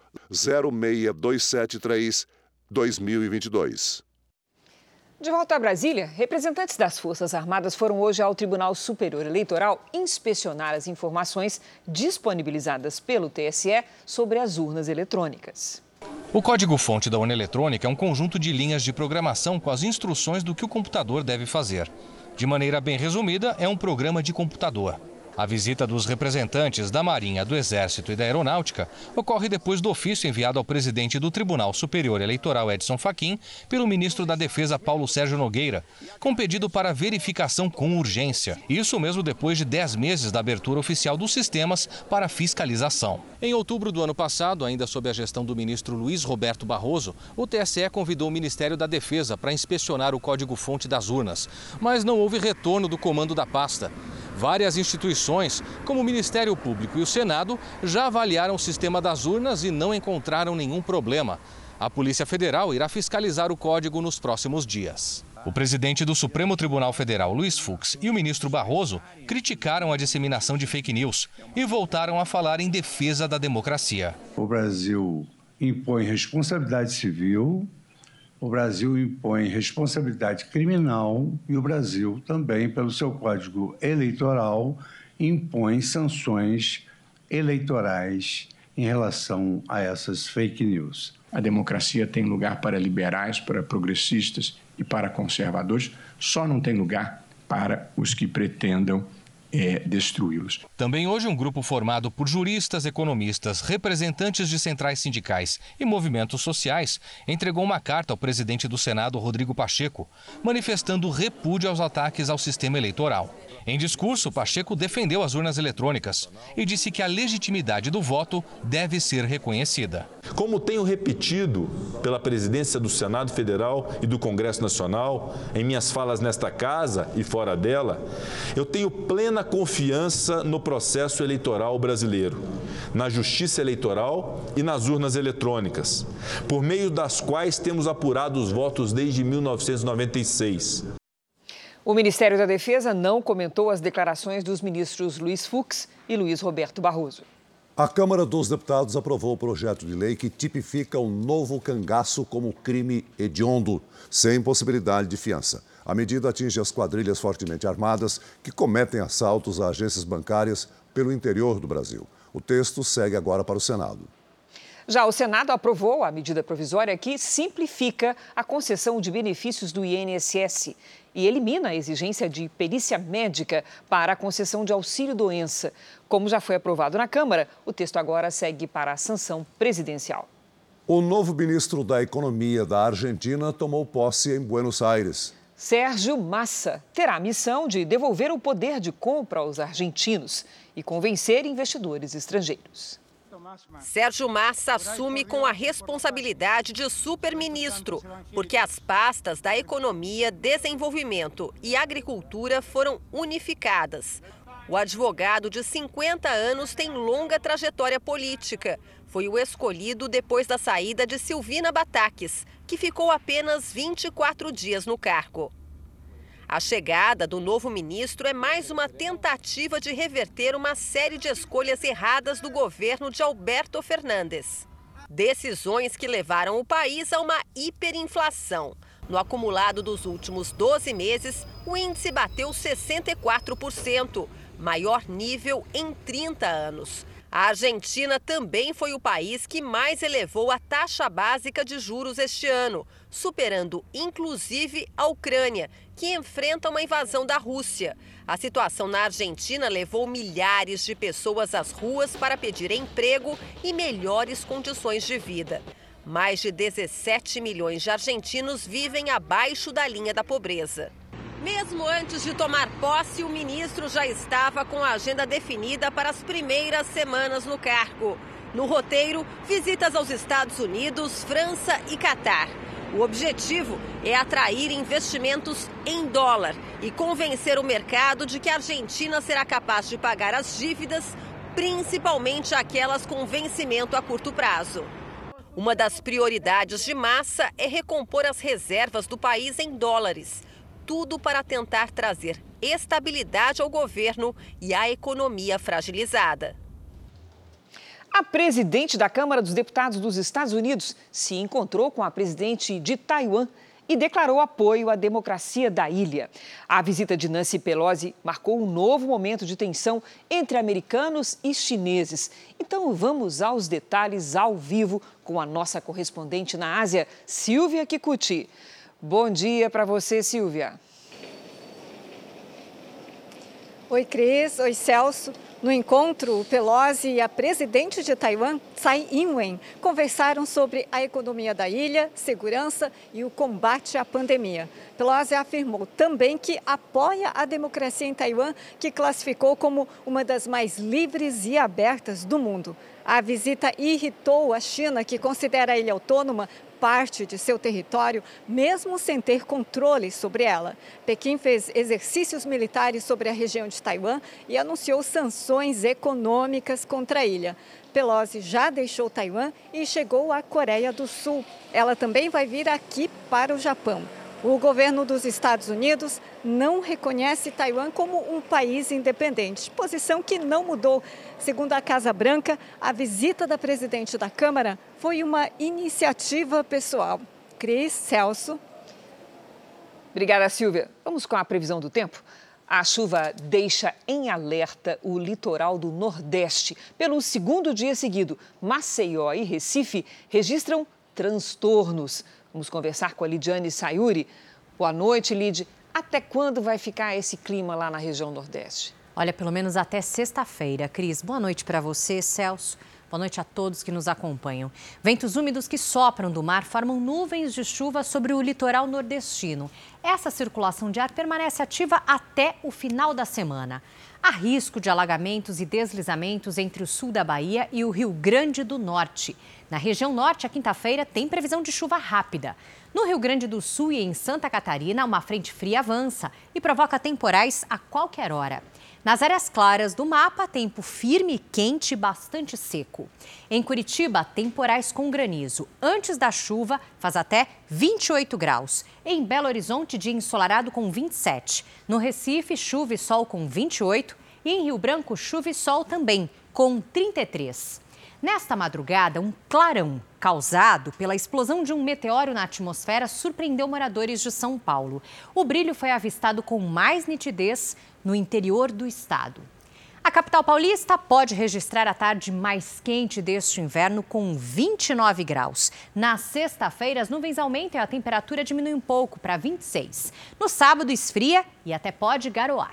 06273-2022. De volta a Brasília, representantes das Forças Armadas foram hoje ao Tribunal Superior Eleitoral inspecionar as informações disponibilizadas pelo TSE sobre as urnas eletrônicas. O código-fonte da urna eletrônica é um conjunto de linhas de programação com as instruções do que o computador deve fazer. De maneira bem resumida, é um programa de computador. A visita dos representantes da Marinha, do Exército e da Aeronáutica ocorre depois do ofício enviado ao presidente do Tribunal Superior Eleitoral, Edson Fachin, pelo ministro da Defesa, Paulo Sérgio Nogueira, com pedido para verificação com urgência. Isso mesmo depois de 10 meses da abertura oficial dos sistemas para fiscalização. Em outubro do ano passado, ainda sob a gestão do ministro Luiz Roberto Barroso, o TSE convidou o Ministério da Defesa para inspecionar o código-fonte das urnas, mas não houve retorno do comando da pasta. Várias instituições, como o Ministério Público e o Senado, já avaliaram o sistema das urnas e não encontraram nenhum problema. A Polícia Federal irá fiscalizar o código nos próximos dias. O presidente do Supremo Tribunal Federal, Luiz Fux, e o ministro Barroso criticaram a disseminação de fake news e voltaram a falar em defesa da democracia. O Brasil impõe responsabilidade civil, o Brasil impõe responsabilidade criminal e o Brasil também, pelo seu Código Eleitoral, impõe sanções eleitorais em relação a essas fake news. A democracia tem lugar para liberais, para progressistas e para conservadores, só não tem lugar para os que pretendam destruí-los. Também hoje um grupo formado por juristas, economistas, representantes de centrais sindicais e movimentos sociais entregou uma carta ao presidente do Senado, Rodrigo Pacheco, manifestando repúdio aos ataques ao sistema eleitoral. Em discurso, Pacheco defendeu as urnas eletrônicas e disse que a legitimidade do voto deve ser reconhecida. Como tenho repetido pela presidência do Senado Federal e do Congresso Nacional, em minhas falas nesta casa e fora dela, eu tenho plena confiança no processo eleitoral brasileiro, na justiça eleitoral e nas urnas eletrônicas, por meio das quais temos apurado os votos desde 1996. O Ministério da Defesa não comentou as declarações dos ministros Luiz Fux e Luiz Roberto Barroso. A Câmara dos Deputados aprovou o projeto de lei que tipifica o novo cangaço como crime hediondo, sem possibilidade de fiança. A medida atinge as quadrilhas fortemente armadas que cometem assaltos a agências bancárias pelo interior do Brasil. O texto segue agora para o Senado. Já o Senado aprovou a medida provisória que simplifica a concessão de benefícios do INSS e elimina a exigência de perícia médica para a concessão de auxílio-doença. Como já foi aprovado na Câmara, o texto agora segue para a sanção presidencial. O novo ministro da Economia da Argentina tomou posse em Buenos Aires. Sérgio Massa terá a missão de devolver o poder de compra aos argentinos e convencer investidores estrangeiros. Sérgio Massa assume com a responsabilidade de superministro, porque as pastas da Economia, Desenvolvimento e Agricultura foram unificadas. O advogado de 50 anos tem longa trajetória política. Foi o escolhido depois da saída de Silvina Batakis, que ficou apenas 24 dias no cargo. A chegada do novo ministro é mais uma tentativa de reverter uma série de escolhas erradas do governo de Alberto Fernandes. Decisões que levaram o país a uma hiperinflação. No acumulado dos últimos 12 meses, o índice bateu 64%, maior nível em 30 anos. A Argentina também foi o país que mais elevou a taxa básica de juros este ano, superando inclusive a Ucrânia, que enfrenta uma invasão da Rússia. A situação na Argentina levou milhares de pessoas às ruas para pedir emprego e melhores condições de vida. Mais de 17 milhões de argentinos vivem abaixo da linha da pobreza. Mesmo antes de tomar posse, o ministro já estava com a agenda definida para as primeiras semanas no cargo. No roteiro, visitas aos Estados Unidos, França e Catar. O objetivo é atrair investimentos em dólar e convencer o mercado de que a Argentina será capaz de pagar as dívidas, principalmente aquelas com vencimento a curto prazo. Uma das prioridades de Massa é recompor as reservas do país em dólares. Tudo para tentar trazer estabilidade ao governo e à economia fragilizada. A presidente da Câmara dos Deputados dos Estados Unidos se encontrou com a presidente de Taiwan e declarou apoio à democracia da ilha. A visita de Nancy Pelosi marcou um novo momento de tensão entre americanos e chineses. Então vamos aos detalhes ao vivo com a nossa correspondente na Ásia, Silvia Kikuchi. Bom dia para você, Silvia. Oi, Cris. Oi, Celso. No encontro, Pelosi e a presidente de Taiwan, Tsai Ing-wen, conversaram sobre a economia da ilha, segurança e o combate à pandemia. Pelosi afirmou também que apoia a democracia em Taiwan, que classificou como uma das mais livres e abertas do mundo. A visita irritou a China, que considera a ilha autônoma parte de seu território, mesmo sem ter controle sobre ela. Pequim fez exercícios militares sobre a região de Taiwan e anunciou sanções econômicas contra a ilha. Pelosi já deixou Taiwan e chegou à Coreia do Sul. Ela também vai vir aqui para o Japão. O governo dos Estados Unidos não reconhece Taiwan como um país independente, posição que não mudou. Segundo a Casa Branca, a visita da presidente da Câmara foi uma iniciativa pessoal. Cris, Celso. Obrigada, Silvia. Vamos com a previsão do tempo? A chuva deixa em alerta o litoral do Nordeste. Pelo segundo dia seguido, Maceió e Recife registram transtornos. Vamos conversar com a Lidiane Sayuri. Boa noite, Lid. Até quando vai ficar esse clima lá na região Nordeste? Olha, pelo menos até sexta-feira. Cris, boa noite para você, Celso. Boa noite a todos que nos acompanham. Ventos úmidos que sopram do mar formam nuvens de chuva sobre o litoral nordestino. Essa circulação de ar permanece ativa até o final da semana. Há risco de alagamentos e deslizamentos entre o sul da Bahia e o Rio Grande do Norte. Na região norte, a quinta-feira tem previsão de chuva rápida. No Rio Grande do Sul e em Santa Catarina, uma frente fria avança e provoca temporais a qualquer hora. Nas áreas claras do mapa, tempo firme, quente e bastante seco. Em Curitiba, temporais com granizo. Antes da chuva, faz até 28 graus. Em Belo Horizonte, dia ensolarado com 27. No Recife, chuva e sol com 28. E em Rio Branco, chuva e sol também, com 33. Nesta madrugada, um clarão causado pela explosão de um meteoro na atmosfera surpreendeu moradores de São Paulo. O brilho foi avistado com mais nitidez no interior do estado. A capital paulista pode registrar a tarde mais quente deste inverno com 29 graus. Na sexta-feira, as nuvens aumentam e a temperatura diminui um pouco para 26. No sábado, esfria e até pode garoar.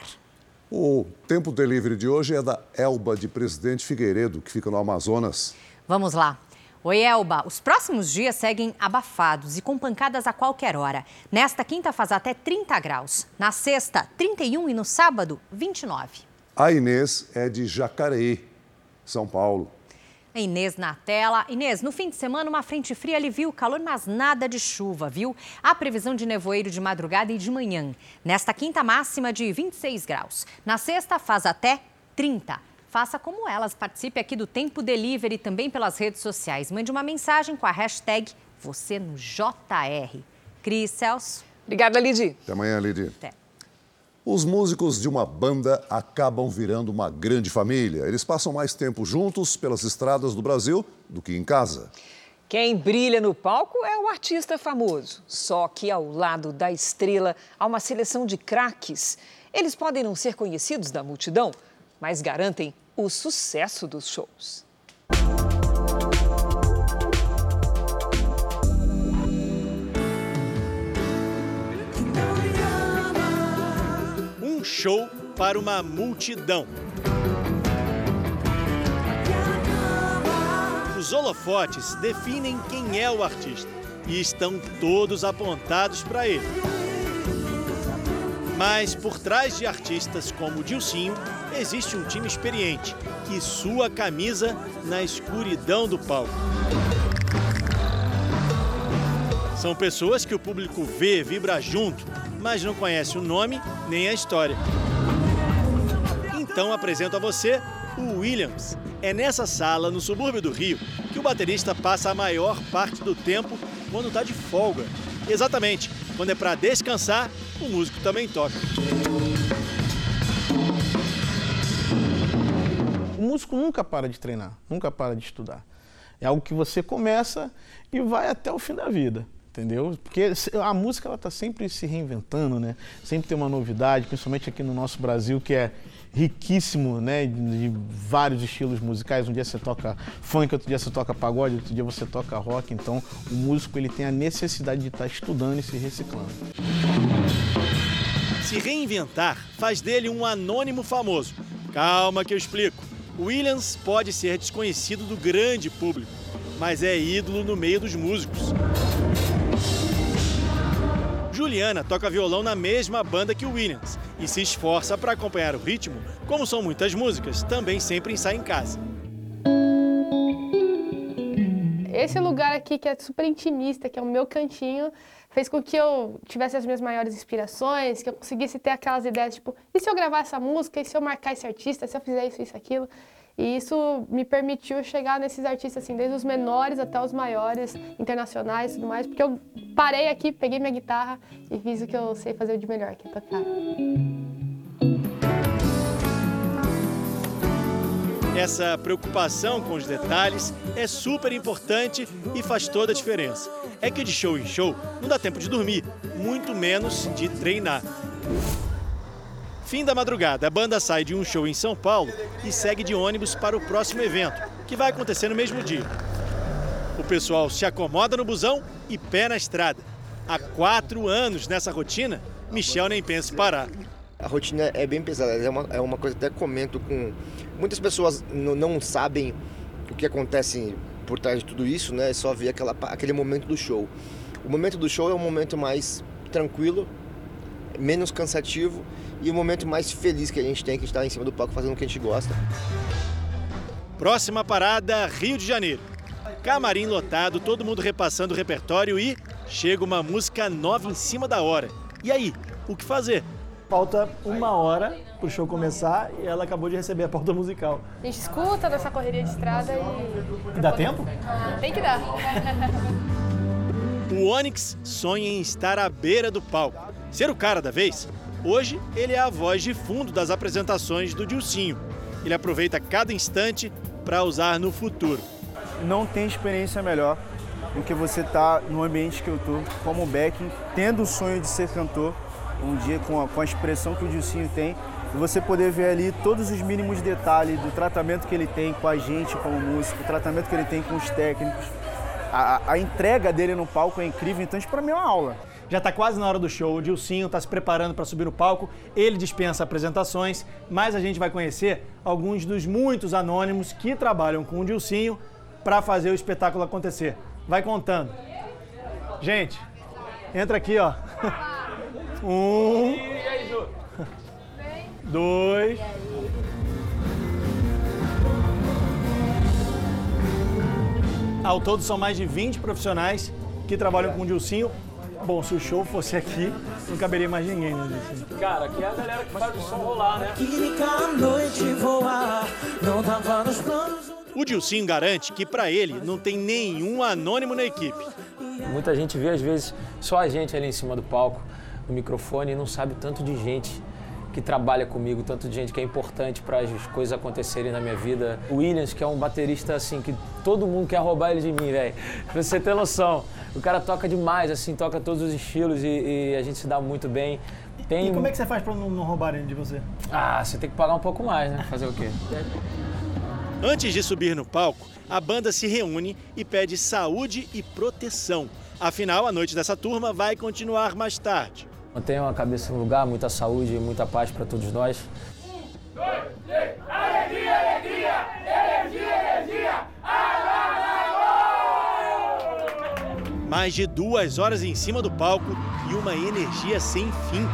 O Tempo Delivery de hoje é da Elba de Presidente Figueiredo, que fica no Amazonas. Vamos lá. Oi, Elba. Os próximos dias seguem abafados e com pancadas a qualquer hora. Nesta quinta faz até 30 graus. Na sexta, 31 e no sábado, 29. A Inês é de Jacareí, São Paulo. A Inês na tela. Inês, no fim de semana uma frente fria alivia o calor, mas nada de chuva, viu? Há previsão de nevoeiro de madrugada e de manhã. Nesta quinta, máxima de 26 graus. Na sexta faz até 30. Faça como elas, participe aqui do Tempo Delivery também pelas redes sociais. Mande uma mensagem com a hashtag você no JR. Cris, Celso. Obrigada, Lidy. Até amanhã, Lidy. Até. Os músicos de uma banda acabam virando uma grande família. Eles passam mais tempo juntos pelas estradas do Brasil do que em casa. Quem brilha no palco é o artista famoso. Só que ao lado da estrela há uma seleção de craques. Eles podem não ser conhecidos da multidão, mas garantem o sucesso dos shows. Um show para uma multidão. Os holofotes definem quem é o artista e estão todos apontados para ele. Mas por trás de artistas como o Dilcinho, existe um time experiente que sua camisa na escuridão do palco. São pessoas que o público vê, vibra junto, mas não conhece o nome nem a história. Então apresento a você o Williams. É nessa sala, no subúrbio do Rio, que o baterista passa a maior parte do tempo quando está de folga. Exatamente, quando é para descansar, o músico também toca. O músico nunca para de treinar, nunca para de estudar. É algo que você começa e vai até o fim da vida, entendeu? Porque a música ela está sempre se reinventando, né? Sempre tem uma novidade, principalmente aqui no nosso Brasil, que é riquíssimo, né, de vários estilos musicais. Um dia você toca funk, outro dia você toca pagode, outro dia você toca rock. Então, o músico ele tem a necessidade de estar estudando e se reciclando. Se reinventar faz dele um anônimo famoso. Calma que eu explico. Williams pode ser desconhecido do grande público, mas é ídolo no meio dos músicos. Juliana toca violão na mesma banda que o Williams e se esforça para acompanhar o ritmo. Como são muitas músicas, também sempre ensaia em casa. Esse lugar aqui, que é super intimista, que é o meu cantinho, fez com que eu tivesse as minhas maiores inspirações, que eu conseguisse ter aquelas ideias, tipo, e se eu gravar essa música, e se eu marcar esse artista, se eu fizer isso, aquilo? E isso me permitiu chegar nesses artistas, assim, desde os menores até os maiores, internacionais e tudo mais, porque eu parei aqui, peguei minha guitarra e fiz o que eu sei fazer de melhor, que é tocar. Essa preocupação com os detalhes é super importante e faz toda a diferença. É que de show em show não dá tempo de dormir, muito menos de treinar. Fim da madrugada, a banda sai de um show em São Paulo e segue de ônibus para o próximo evento, que vai acontecer no mesmo dia. O pessoal se acomoda no busão e pé na estrada. Há 4 anos nessa rotina, Michel nem pensa em parar. A rotina é bem pesada, é uma coisa que até comento com... Muitas pessoas não sabem o que acontece por trás de tudo isso, né? É só ver aquele momento do show. O momento do show é um momento mais tranquilo, menos cansativo e o momento mais feliz que a gente tem, que está em cima do palco fazendo o que a gente gosta. Próxima parada, Rio de Janeiro. Camarim lotado, todo mundo repassando o repertório e chega uma música nova em cima da hora. E aí, o que fazer? Falta 1 hora pro show começar e ela acabou de receber a pauta musical. A gente escuta nessa correria de estrada e... Dá tempo? Tem que dar. O Onyx sonha em estar à beira do palco, ser o cara da vez. Hoje, ele é a voz de fundo das apresentações do Dilcinho. Ele aproveita cada instante para usar no futuro. Não tem experiência melhor do que você estar no ambiente que eu estou, como backing, tendo o sonho de ser cantor, um dia com a expressão que o Dilcinho tem, e você poder ver ali todos os mínimos detalhes do tratamento que ele tem com a gente como músico, o tratamento que ele tem com os técnicos. A entrega dele no palco é incrível, então isso para mim é uma aula. Já está quase na hora do show, o Dilcinho está se preparando para subir no palco, ele dispensa apresentações, mas a gente vai conhecer alguns dos muitos anônimos que trabalham com o Dilcinho para fazer o espetáculo acontecer. Vai contando. Gente, entra aqui, ó. 1, 2. Ao todo são mais de 20 profissionais que trabalham com o Dilcinho. Bom, se o show fosse aqui, não caberia mais ninguém, né, Dilcinho? Cara, aqui é a galera que faz o som rolar, né? O Dilcinho garante que para ele não tem nenhum anônimo na equipe. Muita gente vê, às vezes, só a gente ali em cima do palco, no microfone, e não sabe o tanto de gente que trabalha comigo, tanto de gente que é importante para as coisas acontecerem na minha vida. O Williams, que é um baterista, assim, que todo mundo quer roubar ele de mim, velho. Pra você ter noção. O cara toca demais, assim, toca todos os estilos e a gente se dá muito bem. E como é que você faz para não roubarem de você? Ah, você tem que pagar um pouco mais, né? Fazer o quê? Antes de subir no palco, a banda se reúne e pede saúde e proteção. Afinal, a noite dessa turma vai continuar mais tarde. Mantenham a cabeça no lugar, muita saúde e muita paz para todos nós. 1, 2, 3, alegria, alegria, energia, energia, Mais de 2 horas em cima do palco e uma energia sem fim.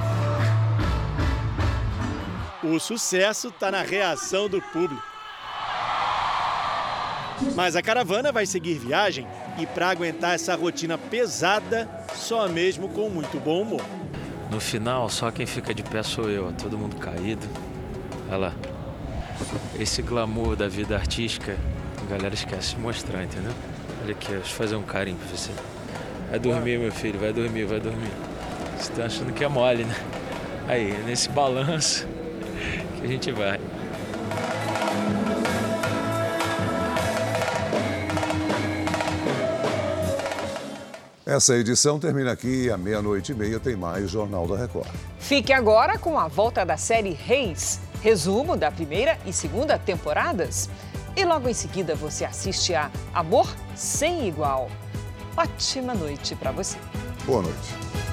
O sucesso está na reação do público. Mas a caravana vai seguir viagem e para aguentar essa rotina pesada, só mesmo com muito bom humor. No final, só quem fica de pé sou eu, todo mundo caído. Olha lá. Esse glamour da vida artística, a galera esquece de mostrar, entendeu? Olha aqui, deixa eu fazer um carinho pra você. Vai dormir, meu filho, vai dormir, vai dormir. Você tá achando que é mole, né? Aí, nesse balanço que a gente vai. Essa edição termina aqui e à 00:30 tem mais Jornal da Record. Fique agora com a volta da série Reis, resumo da primeira e segunda temporadas. E logo em seguida você assiste a Amor Sem Igual. Ótima noite para você. Boa noite.